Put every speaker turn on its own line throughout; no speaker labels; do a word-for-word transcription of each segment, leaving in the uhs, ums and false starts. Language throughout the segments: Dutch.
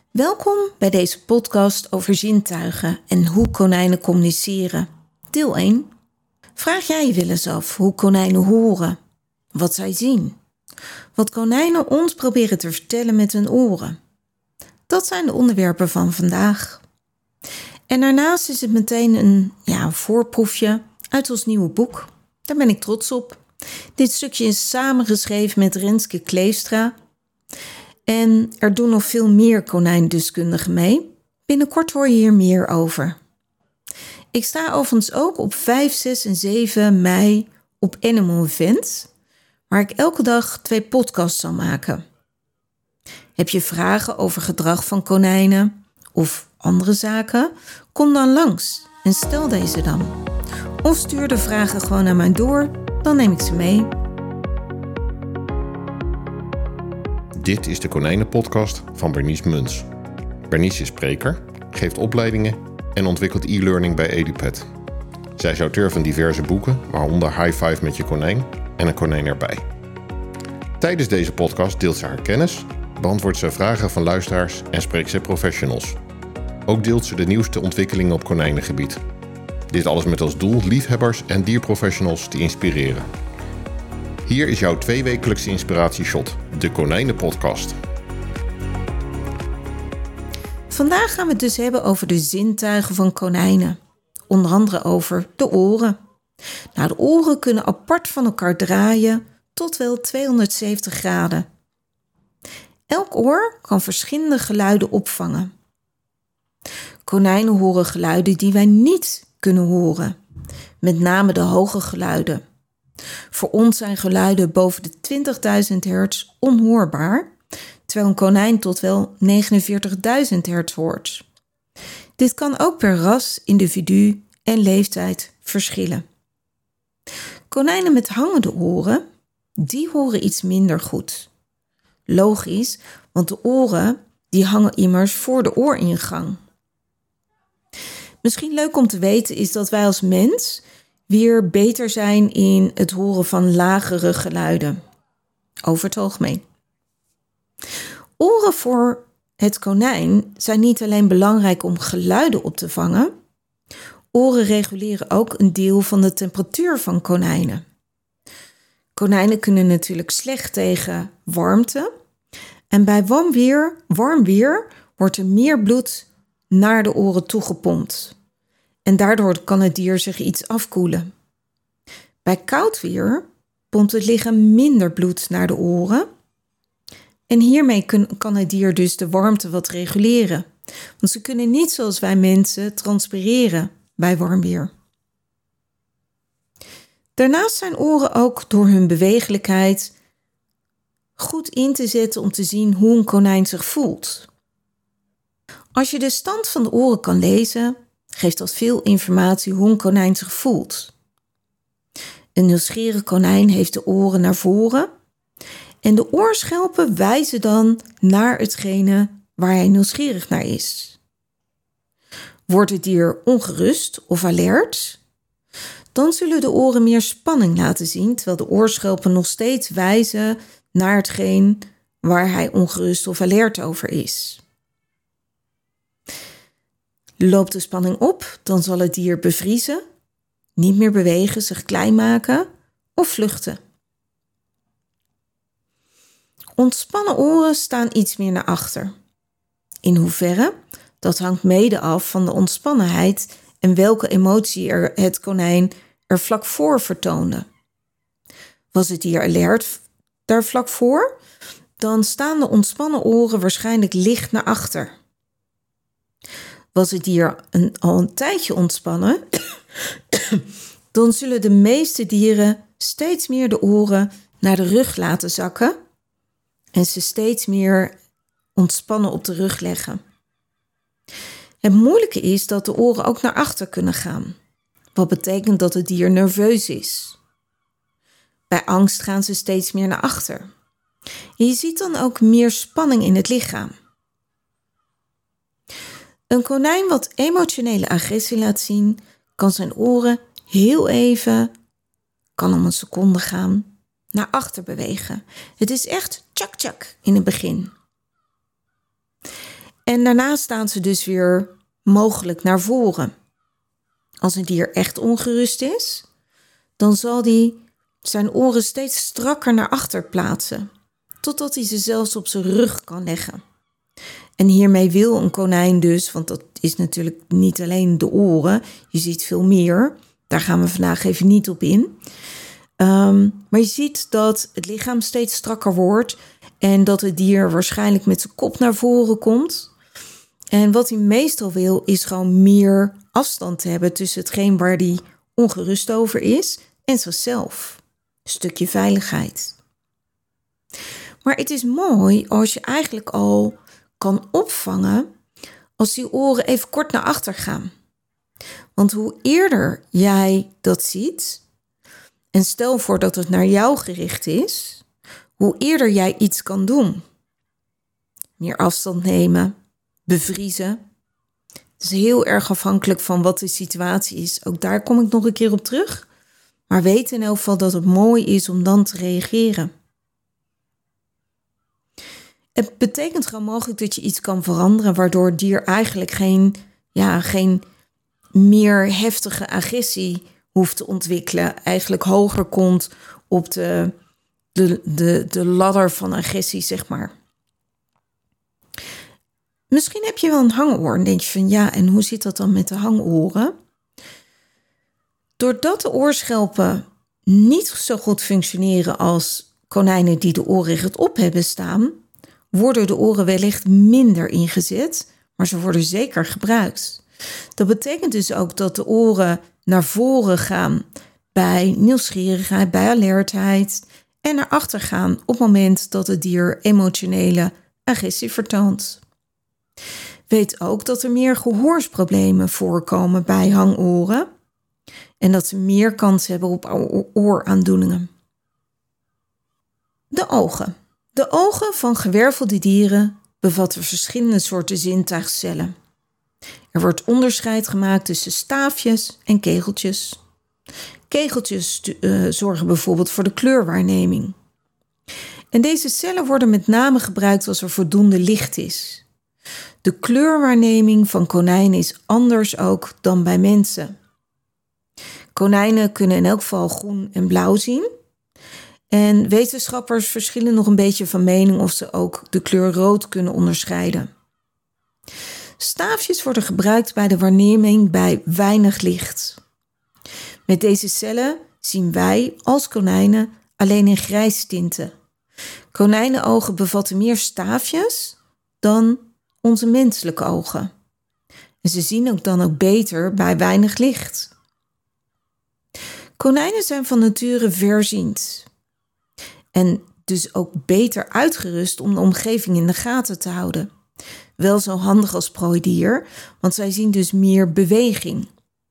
Welkom bij deze podcast over zintuigen en hoe konijnen communiceren. Deel één. Vraag jij je wel eens af hoe konijnen horen, wat zij zien, wat konijnen ons proberen te vertellen met hun oren. Dat zijn de onderwerpen van vandaag. En daarnaast is het meteen een, ja, een voorproefje uit ons nieuwe boek. Daar ben ik trots op. Dit stukje is samengeschreven met Renske Kleefstra. En er doen nog veel meer konijndeskundigen mee. Binnenkort hoor je hier meer over. Ik sta overigens ook op vijf, zes en zeven mei op Animal Event, waar ik elke dag twee podcasts zal maken. Heb je vragen over gedrag van konijnen of andere zaken? Kom dan langs en stel deze dan. Of stuur de vragen gewoon naar mij door, dan neem ik ze mee.
Dit is de Konijnenpodcast van Bernice Muns. Bernice is spreker, geeft opleidingen en ontwikkelt e-learning bij EduPet. Zij is auteur van diverse boeken, waaronder High Five met je konijn en een konijn erbij. Tijdens deze podcast deelt ze haar kennis, beantwoordt ze vragen van luisteraars en spreekt ze professionals. Ook deelt ze de nieuwste ontwikkelingen op konijnengebied. Dit alles met als doel liefhebbers en dierprofessionals te inspireren. Hier is jouw tweewekelijkse inspiratieshot, de Konijnenpodcast.
Vandaag gaan we het dus hebben over de zintuigen van konijnen. Onder andere over de oren. Nou, de oren kunnen apart van elkaar draaien tot wel tweehonderdzeventig graden. Elk oor kan verschillende geluiden opvangen. Konijnen horen geluiden die wij niet kunnen horen. Met name de hoge geluiden. Voor ons zijn geluiden boven de twintigduizend hertz onhoorbaar, terwijl een konijn tot wel negenenveertigduizend hertz hoort. Dit kan ook per ras, individu en leeftijd verschillen. Konijnen met hangende oren, die horen iets minder goed. Logisch, want de oren die hangen immers voor de ooringang. Misschien leuk om te weten is dat wij als mens weer beter zijn in het horen van lagere geluiden. Over het algemeen. Oren voor het konijn zijn niet alleen belangrijk om geluiden op te vangen. Oren reguleren ook een deel van de temperatuur van konijnen. Konijnen kunnen natuurlijk slecht tegen warmte. En bij warm weer, warm weer wordt er meer bloed naar de oren toegepompt. En daardoor kan het dier zich iets afkoelen. Bij koud weer pompt het lichaam minder bloed naar de oren. En hiermee kun, kan het dier dus de warmte wat reguleren. Want ze kunnen niet zoals wij mensen transpireren bij warm weer. Daarnaast zijn oren ook door hun bewegelijkheid goed in te zetten om te zien hoe een konijn zich voelt. Als je de stand van de oren kan lezen, geeft dat veel informatie hoe een konijn zich voelt. Een nieuwsgierig konijn heeft de oren naar voren en de oorschelpen wijzen dan naar hetgene waar hij nieuwsgierig naar is. Wordt het dier ongerust of alert, dan zullen de oren meer spanning laten zien, terwijl de oorschelpen nog steeds wijzen naar hetgeen waar hij ongerust of alert over is. Loopt de spanning op, dan zal het dier bevriezen, niet meer bewegen, zich klein maken of vluchten. Ontspannen oren staan iets meer naar achter. In hoeverre? Dat hangt mede af van de ontspannenheid en welke emotie er het konijn er vlak voor vertoonde. Was het dier alert daar vlak voor, dan staan de ontspannen oren waarschijnlijk licht naar achter. Was het dier een, al een tijdje ontspannen, dan zullen de meeste dieren steeds meer de oren naar de rug laten zakken en ze steeds meer ontspannen op de rug leggen. Het moeilijke is dat de oren ook naar achter kunnen gaan, wat betekent dat het dier nerveus is. Bij angst gaan ze steeds meer naar achter. En je ziet dan ook meer spanning in het lichaam. Een konijn wat emotionele agressie laat zien, kan zijn oren heel even, kan om een seconde gaan, naar achter bewegen. Het is echt tjak tjak in het begin. En daarna staan ze dus weer mogelijk naar voren. Als een dier echt ongerust is, dan zal hij zijn oren steeds strakker naar achter plaatsen, totdat hij ze zelfs op zijn rug kan leggen. En hiermee wil een konijn dus, want dat is natuurlijk niet alleen de oren, je ziet veel meer, daar gaan we vandaag even niet op in. Um, maar je ziet dat het lichaam steeds strakker wordt en dat het dier waarschijnlijk met zijn kop naar voren komt. En wat hij meestal wil is gewoon meer afstand hebben tussen hetgeen waar hij ongerust over is en zichzelf. Een stukje veiligheid. Maar het is mooi als je eigenlijk al kan opvangen als die oren even kort naar achter gaan. Want hoe eerder jij dat ziet, en stel voor dat het naar jou gericht is, hoe eerder jij iets kan doen. Meer afstand nemen, bevriezen. Het is heel erg afhankelijk van wat de situatie is. Ook daar kom ik nog een keer op terug. Maar weet in elk geval dat het mooi is om dan te reageren. Het betekent gewoon mogelijk dat je iets kan veranderen, waardoor het dier eigenlijk geen, ja, geen meer heftige agressie hoeft te ontwikkelen. Eigenlijk hoger komt op de, de, de, de ladder van agressie, zeg maar. Misschien heb je wel een hangoor en denk je van ja, en hoe zit dat dan met de hangoren? Doordat de oorschelpen niet zo goed functioneren als konijnen die de oren rechtop hebben staan, worden de oren wellicht minder ingezet, maar ze worden zeker gebruikt. Dat betekent dus ook dat de oren naar voren gaan bij nieuwsgierigheid, bij alertheid en naar achter gaan op het moment dat het dier emotionele agressie vertoont. Weet ook dat er meer gehoorsproblemen voorkomen bij hangoren en dat ze meer kans hebben op ooraandoeningen. De ogen. De ogen van gewervelde dieren bevatten verschillende soorten zintuigcellen. Er wordt onderscheid gemaakt tussen staafjes en kegeltjes. Kegeltjes uh, zorgen bijvoorbeeld voor de kleurwaarneming. En deze cellen worden met name gebruikt als er voldoende licht is. De kleurwaarneming van konijnen is anders ook dan bij mensen. Konijnen kunnen in elk geval groen en blauw zien. En wetenschappers verschillen nog een beetje van mening of ze ook de kleur rood kunnen onderscheiden. Staafjes worden gebruikt bij de waarneming bij weinig licht. Met deze cellen zien wij als konijnen alleen in grijs tinten. Konijnenogen bevatten meer staafjes dan onze menselijke ogen. En ze zien ook dan ook beter bij weinig licht. Konijnen zijn van nature verziend. En dus ook beter uitgerust om de omgeving in de gaten te houden. Wel zo handig als prooidier, want zij zien dus meer beweging.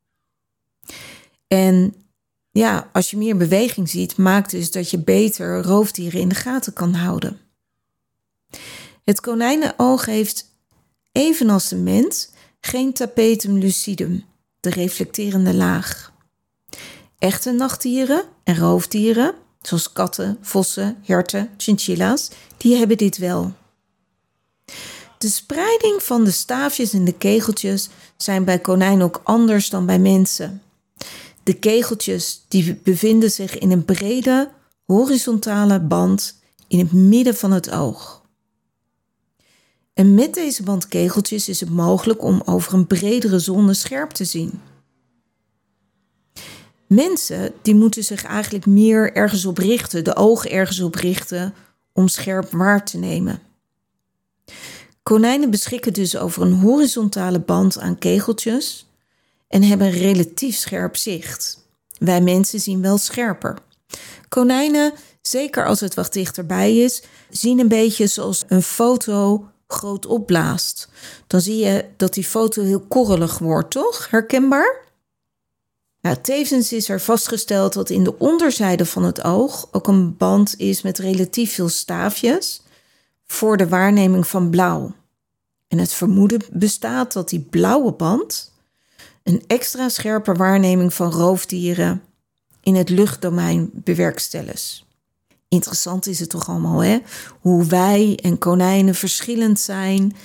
En ja, als je meer beweging ziet, maakt dus dat je beter roofdieren in de gaten kan houden. Het konijnenoog heeft, evenals de mens, geen tapetum lucidum, de reflecterende laag. Echte nachtdieren en roofdieren, zoals katten, vossen, herten, chinchilla's, die hebben dit wel. De spreiding van de staafjes en de kegeltjes zijn bij konijnen ook anders dan bij mensen. De kegeltjes die bevinden zich in een brede, horizontale band in het midden van het oog. En met deze band kegeltjes is het mogelijk om over een bredere zone scherp te zien. Mensen die moeten zich eigenlijk meer ergens op richten, de ogen ergens op richten om scherp waar te nemen. Konijnen beschikken dus over een horizontale band aan kegeltjes en hebben relatief scherp zicht. Wij mensen zien wel scherper. Konijnen, zeker als het wat dichterbij is, zien een beetje zoals een foto groot opblaast. Dan zie je dat die foto heel korrelig wordt, toch? Herkenbaar? Nou, tevens is er vastgesteld dat in de onderzijde van het oog ook een band is met relatief veel staafjes voor de waarneming van blauw. En het vermoeden bestaat dat die blauwe band een extra scherpe waarneming van roofdieren in het luchtdomein bewerkstelligt. Interessant is het toch allemaal, hè? Hoe wij en konijnen verschillend zijn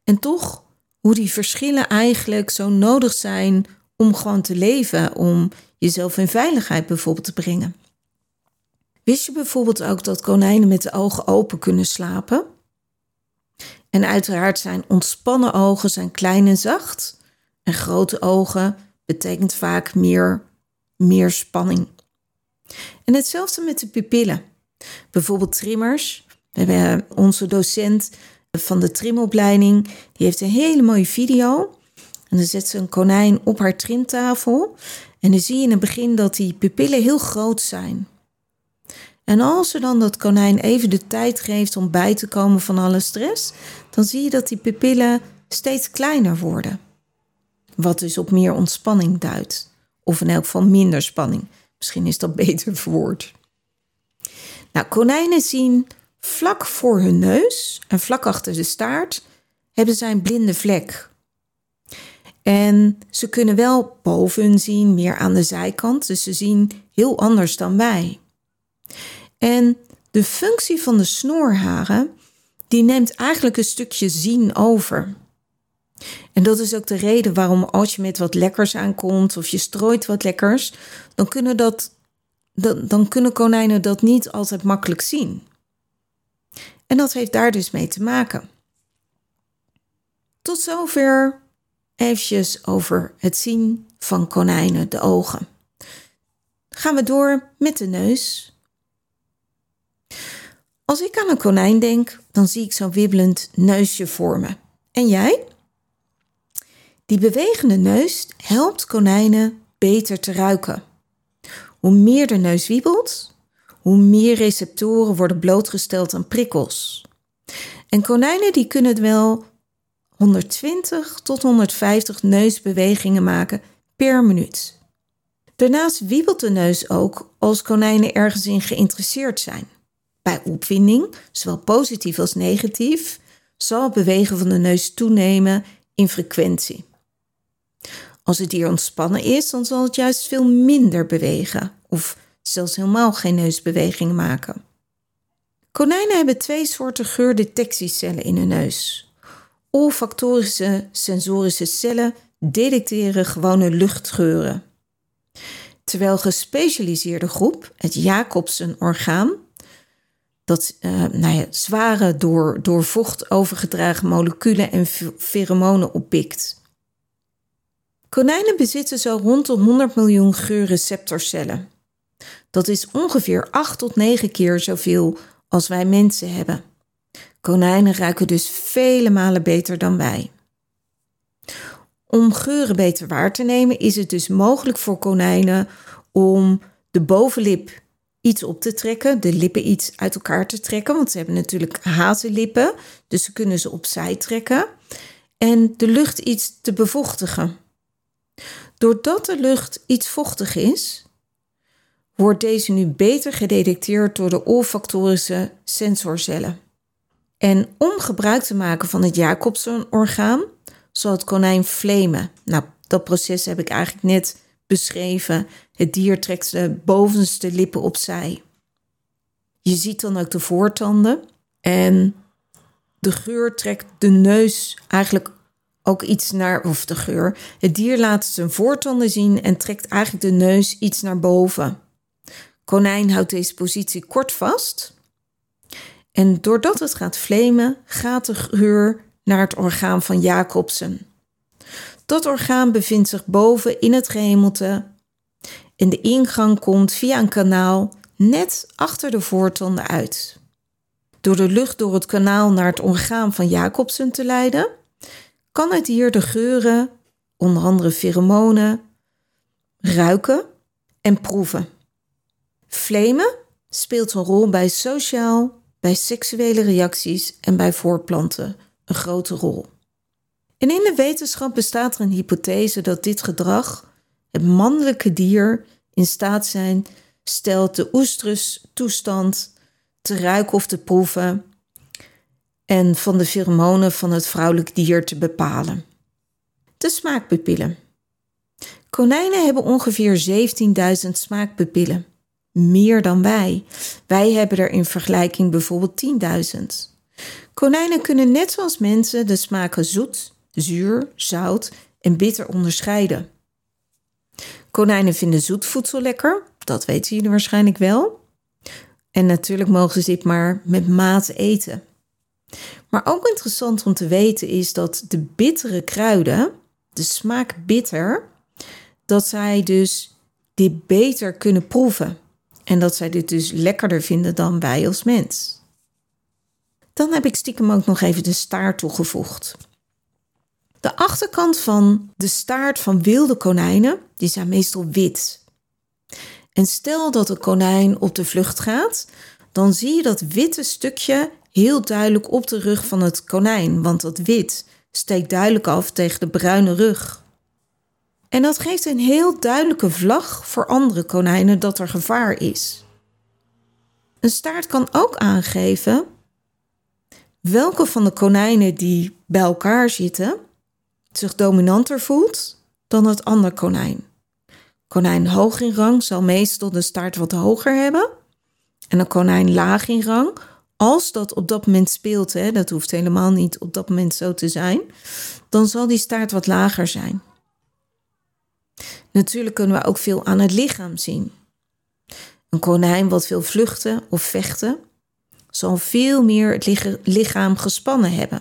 En toch hoe die verschillen eigenlijk zo nodig zijn om gewoon te leven, om jezelf in veiligheid bijvoorbeeld te brengen. Wist je bijvoorbeeld ook dat konijnen met de ogen open kunnen slapen? En uiteraard zijn ontspannen ogen zijn klein en zacht. En grote ogen betekent vaak meer, meer spanning. En hetzelfde met de pupillen. Bijvoorbeeld trimmers. We hebben onze docent van de trimopleiding. Die heeft een hele mooie video. En dan zet ze een konijn op haar trimtafel. En dan zie je in het begin dat die pupillen heel groot zijn. En als ze dan dat konijn even de tijd geeft om bij te komen van alle stress, dan zie je dat die pupillen steeds kleiner worden. Wat dus op meer ontspanning duidt. Of in elk geval minder spanning. Misschien is dat beter verwoord. Nou, konijnen zien vlak voor hun neus en vlak achter de staart hebben zij een blinde vlek. En ze kunnen wel boven hun zien, meer aan de zijkant. Dus ze zien heel anders dan wij. En de functie van de snoorharen, die neemt eigenlijk een stukje zien over. En dat is ook de reden waarom als je met wat lekkers aankomt of je strooit wat lekkers, dan kunnen, dat, dan, dan kunnen konijnen dat niet altijd makkelijk zien. En dat heeft daar dus mee te maken. Tot zover eventjes over het zien van konijnen, de ogen. Gaan we door met de neus. Als ik aan een konijn denk, dan zie ik zo'n wibbelend neusje voor me. En jij? Die bewegende neus helpt konijnen beter te ruiken. Hoe meer de neus wiebelt, hoe meer receptoren worden blootgesteld aan prikkels. En konijnen die kunnen wel honderdtwintig tot honderdvijftig neusbewegingen maken per minuut. Daarnaast wiebelt de neus ook als konijnen ergens in geïnteresseerd zijn. Bij opwinding, zowel positief als negatief, zal het bewegen van de neus toenemen in frequentie. Als het dier ontspannen is, dan zal het juist veel minder bewegen of zelfs helemaal geen neusbewegingen maken. Konijnen hebben twee soorten geurdetectiecellen in hun neus. Olfactorische sensorische cellen detecteren gewone luchtgeuren. Terwijl een gespecialiseerde groep, het Jacobson-orgaan, dat uh, nou ja, zware door, door vocht overgedragen moleculen en pheromonen oppikt. Konijnen bezitten zo rond de honderd miljoen geurreceptorcellen. Dat is ongeveer acht tot negen keer zoveel als wij mensen hebben. Konijnen ruiken dus vele malen beter dan wij. Om geuren beter waar te nemen is het dus mogelijk voor konijnen om de bovenlip iets op te trekken, de lippen iets uit elkaar te trekken, want ze hebben natuurlijk hazenlippen, dus ze kunnen ze opzij trekken en de lucht iets te bevochtigen. Doordat de lucht iets vochtig is, wordt deze nu beter gedetecteerd door de olfactorische sensorcellen. En om gebruik te maken van het Jacobson-orgaan zal het konijn flamen. Nou, dat proces heb ik eigenlijk net beschreven. Het dier trekt de bovenste lippen opzij. Je ziet dan ook de voortanden. En de geur trekt de neus eigenlijk ook iets naar, of de geur. Het dier laat zijn voortanden zien en trekt eigenlijk de neus iets naar boven. Konijn houdt deze positie kort vast. En doordat het gaat flamen, gaat de geur naar het orgaan van Jacobson. Dat orgaan bevindt zich boven in het gehemelte en de ingang komt via een kanaal net achter de voortanden uit. Door de lucht door het kanaal naar het orgaan van Jacobson te leiden, kan het dier de geuren, onder andere pheromonen, ruiken en proeven. Flamen speelt een rol bij sociaal, bij seksuele reacties en bij voortplanten een grote rol. En in de wetenschap bestaat er een hypothese dat dit gedrag het mannelijke dier in staat zijn stelt de oestrustoestand te ruiken of te proeven en van de pheromonen van het vrouwelijk dier te bepalen. De smaakpupillen. Konijnen hebben ongeveer zeventienduizend smaakpupillen. Meer dan wij. Wij hebben er in vergelijking bijvoorbeeld tienduizend. Konijnen kunnen net zoals mensen de smaken zoet, zuur, zout en bitter onderscheiden. Konijnen vinden zoet voedsel lekker, dat weten jullie waarschijnlijk wel. En natuurlijk mogen ze dit maar met mate eten. Maar ook interessant om te weten is dat de bittere kruiden, de smaak bitter, dat zij dus dit beter kunnen proeven. En dat zij dit dus lekkerder vinden dan wij als mens. Dan heb ik stiekem ook nog even de staart toegevoegd. De achterkant van de staart van wilde konijnen, die zijn meestal wit. En stel dat een konijn op de vlucht gaat, dan zie je dat witte stukje heel duidelijk op de rug van het konijn, want dat wit steekt duidelijk af tegen de bruine rug. En dat geeft een heel duidelijke vlag voor andere konijnen dat er gevaar is. Een staart kan ook aangeven welke van de konijnen die bij elkaar zitten zich dominanter voelt dan het andere konijn. Konijn hoog in rang zal meestal de staart wat hoger hebben. En een konijn laag in rang, als dat op dat moment speelt, hè, dat hoeft helemaal niet op dat moment zo te zijn, dan zal die staart wat lager zijn. Natuurlijk kunnen we ook veel aan het lichaam zien. Een konijn wat wil vluchten of vechten, zal veel meer het lichaam gespannen hebben.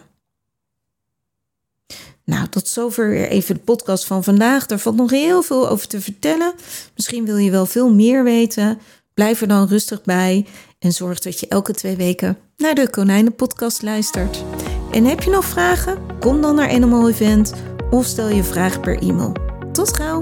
Nou, tot zover weer even de podcast van vandaag. Daar valt nog heel veel over te vertellen. Misschien wil je wel veel meer weten. Blijf er dan rustig bij en zorg dat je elke twee weken naar de Konijnenpodcast luistert. En heb je nog vragen? Kom dan naar Animal Event of stel je vraag per e-mail. Tot gauw!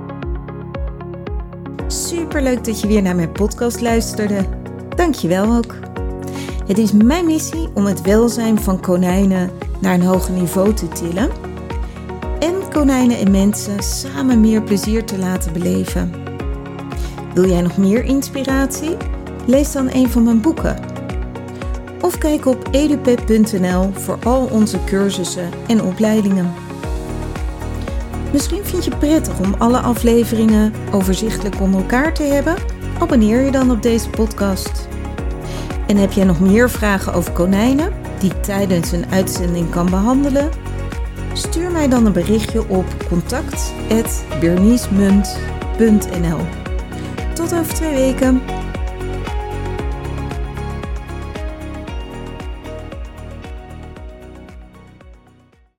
Superleuk dat je weer naar mijn podcast luisterde. Dank je wel ook. Het is mijn missie om het welzijn van konijnen naar een hoger niveau te tillen en konijnen en mensen samen meer plezier te laten beleven. Wil jij nog meer inspiratie? Lees dan een van mijn boeken. Of kijk op edupet punt n l voor al onze cursussen en opleidingen. Misschien vind je het prettig om alle afleveringen overzichtelijk onder elkaar te hebben? Abonneer je dan op deze podcast. En heb jij nog meer vragen over konijnen die ik tijdens een uitzending kan behandelen? Stuur mij dan een berichtje op contact apenstaartje bernice munt punt n l. Tot over twee weken.